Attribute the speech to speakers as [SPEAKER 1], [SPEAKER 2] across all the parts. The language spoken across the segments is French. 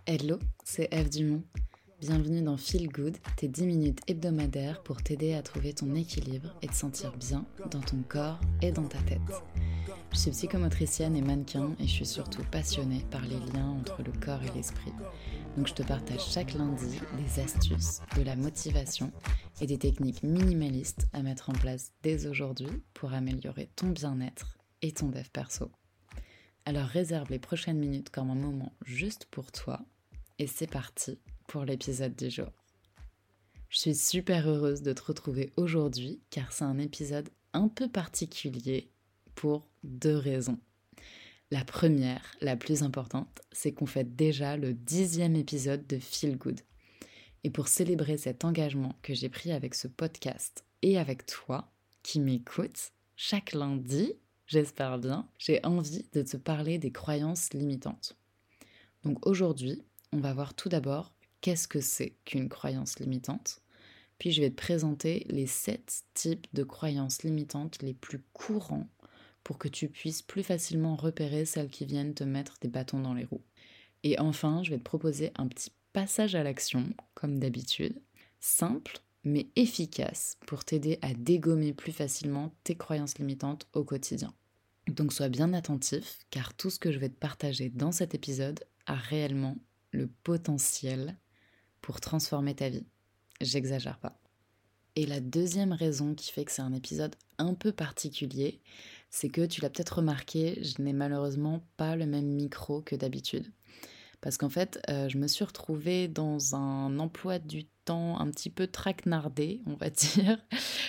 [SPEAKER 1] Hello, c'est Eve Dumont. Bienvenue dans Feel Good, tes 10 minutes hebdomadaires pour t'aider à trouver ton équilibre et te sentir bien dans ton corps et dans ta tête. Je suis psychomotricienne et mannequin et je suis surtout passionnée par les liens entre le corps et l'esprit. Donc je te partage chaque lundi des astuces, de la motivation et des techniques minimalistes à mettre en place dès aujourd'hui pour améliorer ton bien-être et ton dev perso. Alors réserve les prochaines minutes comme un moment juste pour toi et c'est parti pour l'épisode du jour. Je suis super heureuse de te retrouver aujourd'hui car c'est un épisode un peu particulier pour 2 raisons. La première, la plus importante, c'est qu'on fête déjà le 10e épisode de Feel Good. Et pour célébrer cet engagement que j'ai pris avec ce podcast et avec toi qui m'écoutes, chaque lundi, j'espère bien, j'ai envie de te parler des croyances limitantes. Donc aujourd'hui, on va voir tout d'abord qu'est-ce que c'est qu'une croyance limitante. Puis je vais te présenter les 7 types de croyances limitantes les plus courants pour que tu puisses plus facilement repérer celles qui viennent te mettre des bâtons dans les roues. Et enfin, je vais te proposer un petit passage à l'action, comme d'habitude, simple mais efficace pour t'aider à dégommer plus facilement tes croyances limitantes au quotidien. Donc sois bien attentif, car tout ce que je vais te partager dans cet épisode a réellement le potentiel pour transformer ta vie. J'exagère pas. Et la deuxième raison qui fait que c'est un épisode un peu particulier, c'est que tu l'as peut-être remarqué, je n'ai malheureusement pas le même micro que d'habitude. Parce qu'en fait, je me suis retrouvée dans un emploi du temps un petit peu traquenardé, on va dire,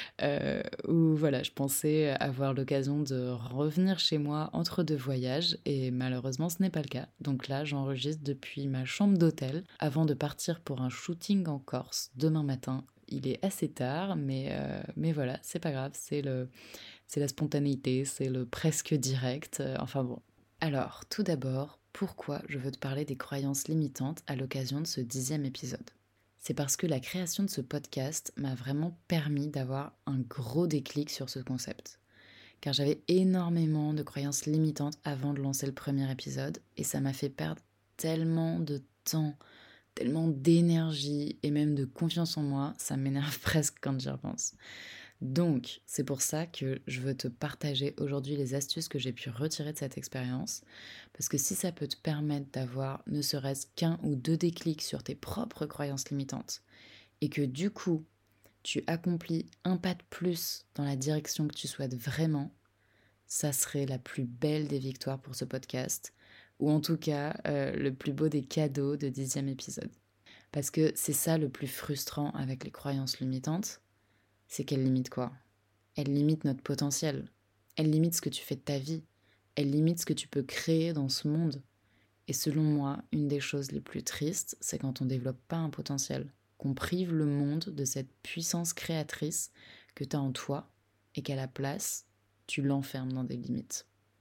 [SPEAKER 1] où voilà, je pensais avoir l'occasion de revenir chez moi entre 2 voyages et malheureusement ce n'est pas le cas. Donc là, j'enregistre depuis ma chambre d'hôtel avant de partir pour un shooting en Corse demain matin. Il est assez tard, mais voilà, c'est pas grave, c'est la spontanéité, c'est le presque direct, enfin bon. Alors, tout d'abord, pourquoi je veux te parler des croyances limitantes à l'occasion de ce 10e épisode ? C'est parce que la création de ce podcast m'a vraiment permis d'avoir un gros déclic sur ce concept. Car j'avais énormément de croyances limitantes avant de lancer le premier épisode et ça m'a fait perdre tellement de temps, tellement d'énergie et même de confiance en moi, ça m'énerve presque quand j'y repense. Donc, c'est pour ça que je veux te partager aujourd'hui les astuces que j'ai pu retirer de cette expérience, parce que si ça peut te permettre d'avoir ne serait-ce qu'un ou 2 déclics sur tes propres croyances limitantes, et que du coup, tu accomplis un pas de plus dans la direction que tu souhaites vraiment, ça serait la plus belle des victoires pour ce podcast, ou en tout cas le plus beau des cadeaux de 10e épisode. Parce que c'est ça le plus frustrant avec les croyances limitantes, c'est qu'elles limitent quoi ? Elles limitent notre potentiel. Elles limitent ce que tu fais de ta vie. Elles limitent ce que tu peux créer dans ce monde. Et selon moi, une des choses les plus tristes, c'est quand on ne développe pas un potentiel, qu'on prive le monde de cette puissance créatrice que tu as en toi et qu'à la place, tu l'enfermes dans des limites.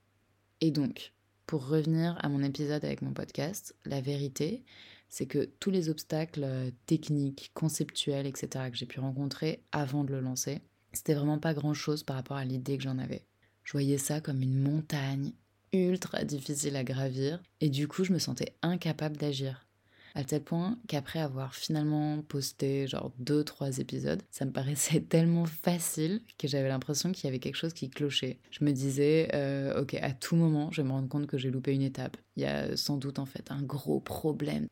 [SPEAKER 1] Et donc, pour revenir à mon épisode avec mon podcast, la vérité, c'est que tous les obstacles techniques, conceptuels, etc. que j'ai pu rencontrer avant de le lancer, c'était vraiment pas grand-chose par rapport à l'idée que j'en avais. Je voyais ça comme une montagne ultra difficile à gravir et du coup je me sentais incapable d'agir. À tel point qu'après avoir finalement posté genre 2-3 épisodes, ça me paraissait tellement facile que j'avais l'impression qu'il y avait quelque chose qui clochait. Je me disais, ok, à tout moment, je vais me rendre compte que j'ai loupé une étape. Il y a sans doute en fait un gros problème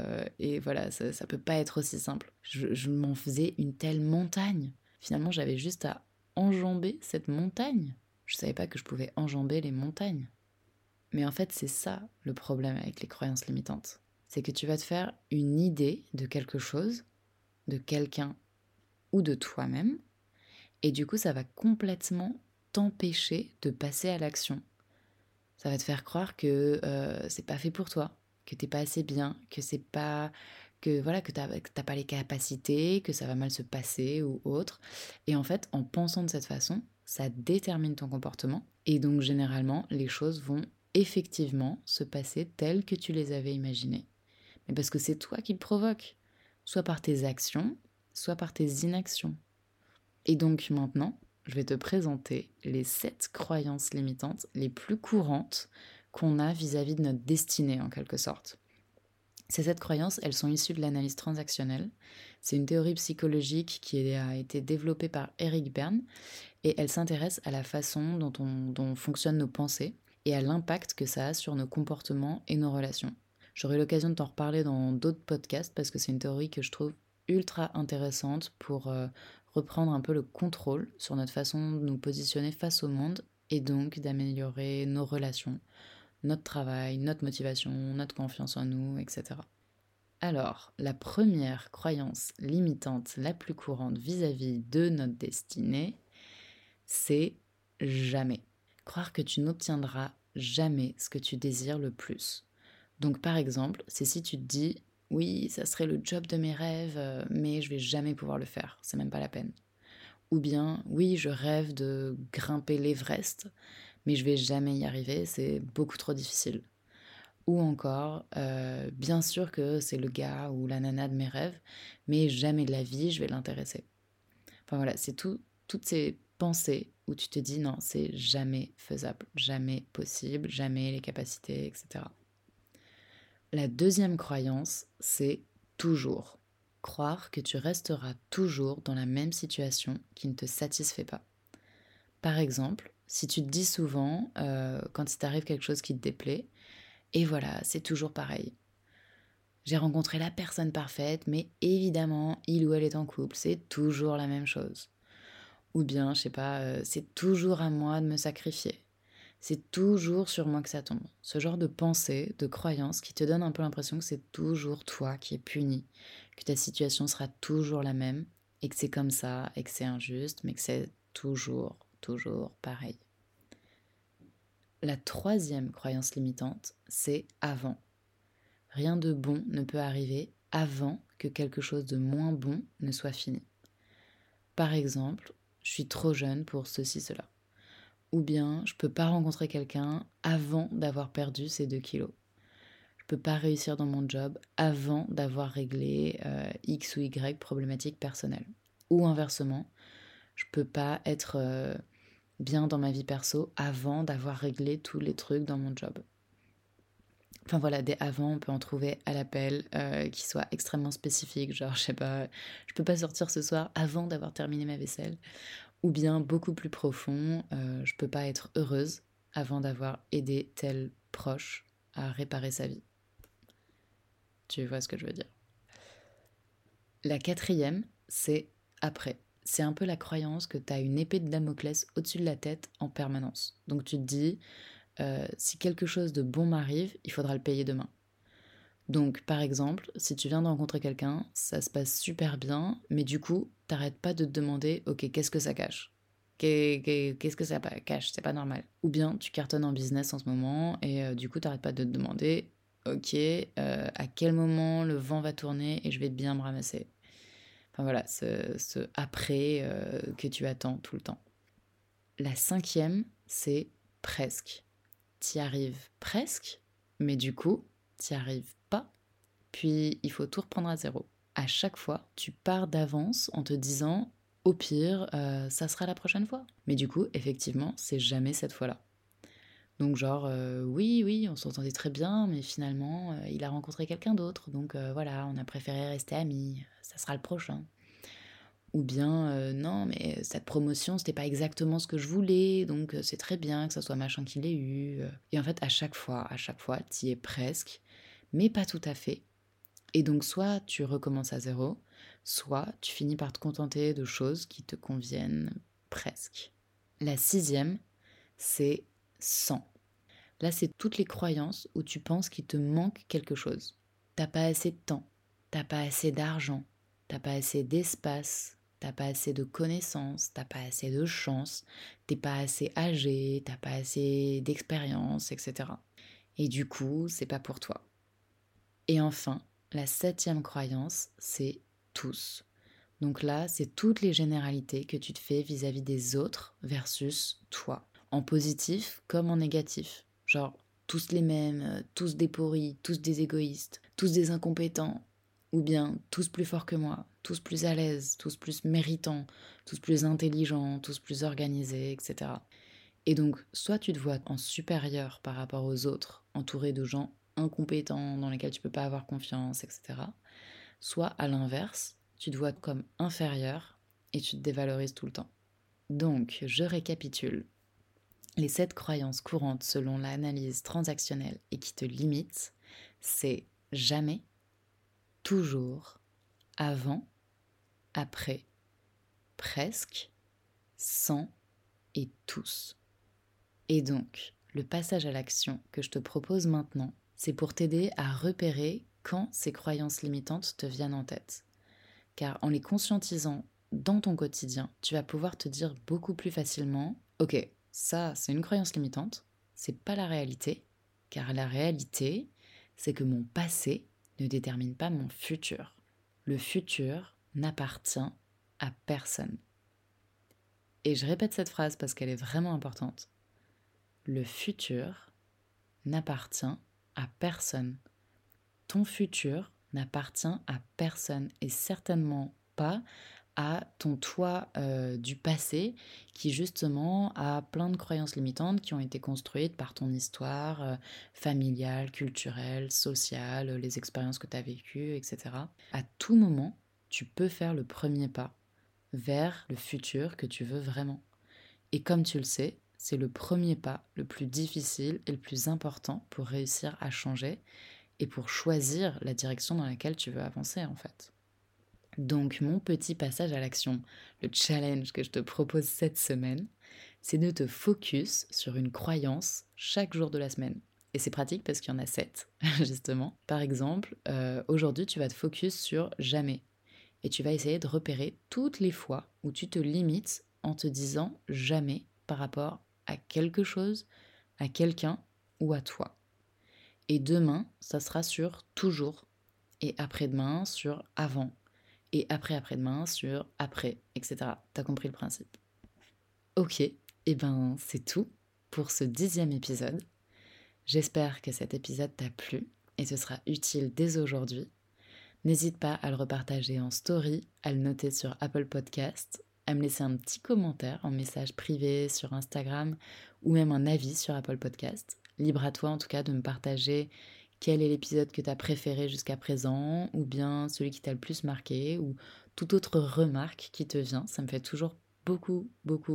[SPEAKER 1] et voilà, ça peut pas être aussi simple. Je m'en faisais une telle montagne. Finalement, j'avais juste à enjamber cette montagne. Je savais pas que je pouvais enjamber les montagnes. Mais en fait, c'est ça le problème avec les croyances limitantes. C'est que tu vas te faire une idée de quelque chose, de quelqu'un ou de toi-même, et du coup, ça va complètement t'empêcher de passer à l'action. Ça va te faire croire que c'est pas fait pour toi, que t'es pas assez bien, que c'est pas que voilà que t'as pas les capacités, que ça va mal se passer ou autre. Et en fait, en pensant de cette façon, ça détermine ton comportement, et donc généralement, les choses vont effectivement se passer telles que tu les avais imaginées. Mais parce que c'est toi qui le provoques, soit par tes actions, soit par tes inactions. Et donc maintenant, je vais te présenter les 7 croyances limitantes les plus courantes qu'on a vis-à-vis de notre destinée en quelque sorte. Ces 7 croyances, elles sont issues de l'analyse transactionnelle. C'est une théorie psychologique qui a été développée par Eric Berne et elle s'intéresse à la façon dont fonctionnent nos pensées et à l'impact que ça a sur nos comportements et nos relations. J'aurai l'occasion de t'en reparler dans d'autres podcasts parce que c'est une théorie que je trouve ultra intéressante pour reprendre un peu le contrôle sur notre façon de nous positionner face au monde et donc d'améliorer nos relations, notre travail, notre motivation, notre confiance en nous, etc. Alors, la première croyance limitante la plus courante vis-à-vis de notre destinée, c'est jamais. Croire que tu n'obtiendras jamais ce que tu désires le plus. Donc par exemple, c'est si tu te dis oui, ça serait le job de mes rêves, mais je vais jamais pouvoir le faire, c'est même pas la peine. Ou bien oui, je rêve de grimper l'Everest, mais je vais jamais y arriver, c'est beaucoup trop difficile. Ou encore, bien sûr que c'est le gars ou la nana de mes rêves, mais jamais de la vie je vais l'intéresser. Enfin voilà, c'est toutes ces pensées où tu te dis non, c'est jamais faisable, jamais possible, jamais les capacités, etc. La deuxième croyance, c'est toujours. Croire que tu resteras toujours dans la même situation qui ne te satisfait pas. Par exemple, si tu te dis souvent, quand il t'arrive quelque chose qui te déplaît, et voilà, c'est toujours pareil. J'ai rencontré la personne parfaite, mais évidemment, il ou elle est en couple, c'est toujours la même chose. Ou bien, je sais pas, c'est toujours à moi de me sacrifier. C'est toujours sur moi que ça tombe. Ce genre de pensée, de croyance qui te donne un peu l'impression que c'est toujours toi qui es puni, que ta situation sera toujours la même, et que c'est comme ça, et que c'est injuste, mais que c'est toujours pareil. La troisième croyance limitante, c'est avant. Rien de bon ne peut arriver avant que quelque chose de moins bon ne soit fini. Par exemple, je suis trop jeune pour ceci, cela. Ou bien, je peux pas rencontrer quelqu'un avant d'avoir perdu ces 2 kilos. Je peux pas réussir dans mon job avant d'avoir réglé X ou Y problématiques personnelles. Ou inversement, je peux pas être bien dans ma vie perso avant d'avoir réglé tous les trucs dans mon job. Enfin voilà, des avant, on peut en trouver à l'appel qui soient extrêmement spécifiques, genre je sais pas, je peux pas sortir ce soir avant d'avoir terminé ma vaisselle. Ou bien beaucoup plus profond, je peux pas être heureuse avant d'avoir aidé tel proche à réparer sa vie. Tu vois ce que je veux dire. La quatrième, c'est après. C'est un peu la croyance que tu as une épée de Damoclès au-dessus de la tête en permanence. Donc tu te dis, si quelque chose de bon m'arrive, il faudra le payer demain. Donc par exemple, si tu viens de rencontrer quelqu'un, ça se passe super bien, mais du coup, t'arrêtes pas de te demander, ok, qu'est-ce que ça cache? Qu'est-ce que ça cache? C'est pas normal. Ou bien tu cartonnes en business en ce moment et du coup t'arrêtes pas de te demander, ok, à quel moment le vent va tourner et je vais bien me ramasser. Enfin voilà, ce après que tu attends tout le temps. La cinquième, c'est presque. T'y arrives presque, mais du coup, t'y arrives pas. Puis il faut tout reprendre à zéro. À chaque fois, tu pars d'avance en te disant au pire, ça sera la prochaine fois. Mais du coup, effectivement, c'est jamais cette fois-là. Donc genre, oui, on s'entendait très bien, mais finalement, il a rencontré quelqu'un d'autre. Donc voilà, on a préféré rester amis. Ça sera le prochain. Ou bien, non, mais cette promotion, c'était pas exactement ce que je voulais, donc c'est très bien que ça soit machin qui l'ait eu. Et en fait, à chaque fois, t'y es presque, mais pas tout à fait. Et donc, soit tu recommences à zéro, soit tu finis par te contenter de choses qui te conviennent presque. La sixième, c'est sans. Là, c'est toutes les croyances où tu penses qu'il te manque quelque chose. T'as pas assez de temps, t'as pas assez d'argent, t'as pas assez d'espace, t'as pas assez de connaissances, t'as pas assez de chance, t'es pas assez âgé, t'as pas assez d'expérience, etc. Et du coup, c'est pas pour toi. Et enfin, la septième croyance, c'est tous. Donc là, c'est toutes les généralités que tu te fais vis-à-vis des autres versus toi, en positif comme en négatif. Genre, tous les mêmes, tous des pourris, tous des égoïstes, tous des incompétents, ou bien tous plus forts que moi, tous plus à l'aise, tous plus méritants, tous plus intelligents, tous plus organisés, etc. Et donc, soit tu te vois en supérieur par rapport aux autres, entouré de gens incompétent, dans lesquels tu peux pas avoir confiance, etc. Soit à l'inverse, tu te vois comme inférieur et tu te dévalorises tout le temps. Donc, je récapitule. Les 7 croyances courantes selon l'analyse transactionnelle et qui te limitent, c'est jamais, toujours, avant, après, presque, sans et tous. Et donc, le passage à l'action que je te propose maintenant, c'est pour t'aider à repérer quand ces croyances limitantes te viennent en tête. Car en les conscientisant dans ton quotidien, tu vas pouvoir te dire beaucoup plus facilement « Ok, ça c'est une croyance limitante, c'est pas la réalité, car la réalité, c'est que mon passé ne détermine pas mon futur. Le futur n'appartient à personne. » Et je répète cette phrase parce qu'elle est vraiment importante. Le futur n'appartient à personne. Ton futur n'appartient à personne et certainement pas à ton toi du passé qui justement a plein de croyances limitantes qui ont été construites par ton histoire familiale, culturelle, sociale, les expériences que tu as vécues, etc. À tout moment, tu peux faire le premier pas vers le futur que tu veux vraiment. Et comme tu le sais, c'est le premier pas le plus difficile et le plus important pour réussir à changer et pour choisir la direction dans laquelle tu veux avancer en fait. Donc mon petit passage à l'action, le challenge que je te propose cette semaine, c'est de te focus sur une croyance chaque jour de la semaine. Et c'est pratique parce qu'il y en a 7, justement. Par exemple, aujourd'hui tu vas te focus sur jamais. Et tu vas essayer de repérer toutes les fois où tu te limites en te disant jamais par rapport à quelque chose, à quelqu'un ou à toi. Et demain, ça sera sur toujours. Et après-demain, sur avant. Et après-après-demain, sur après, etc. T'as compris le principe. Ok, et ben c'est tout pour ce 10e épisode. J'espère que cet épisode t'a plu et te sera utile dès aujourd'hui. N'hésite pas à le repartager en story, à le noter sur Apple Podcast, à me laisser un petit commentaire en message privé sur Instagram ou même un avis sur Apple Podcast. Libre à toi en tout cas de me partager quel est l'épisode que tu as préféré jusqu'à présent ou bien celui qui t'a le plus marqué ou toute autre remarque qui te vient. Ça me fait toujours beaucoup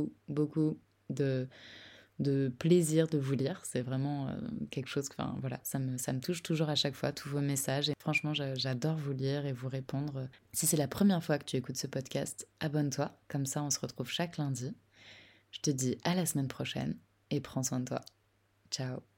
[SPEAKER 1] de plaisir de vous lire. C'est vraiment quelque chose, enfin voilà, ça me touche toujours à chaque fois, tous vos messages. Et franchement, j'adore vous lire et vous répondre. Si c'est la première fois que tu écoutes ce podcast, abonne-toi, comme ça on se retrouve chaque lundi. Je te dis à la semaine prochaine et prends soin de toi. Ciao.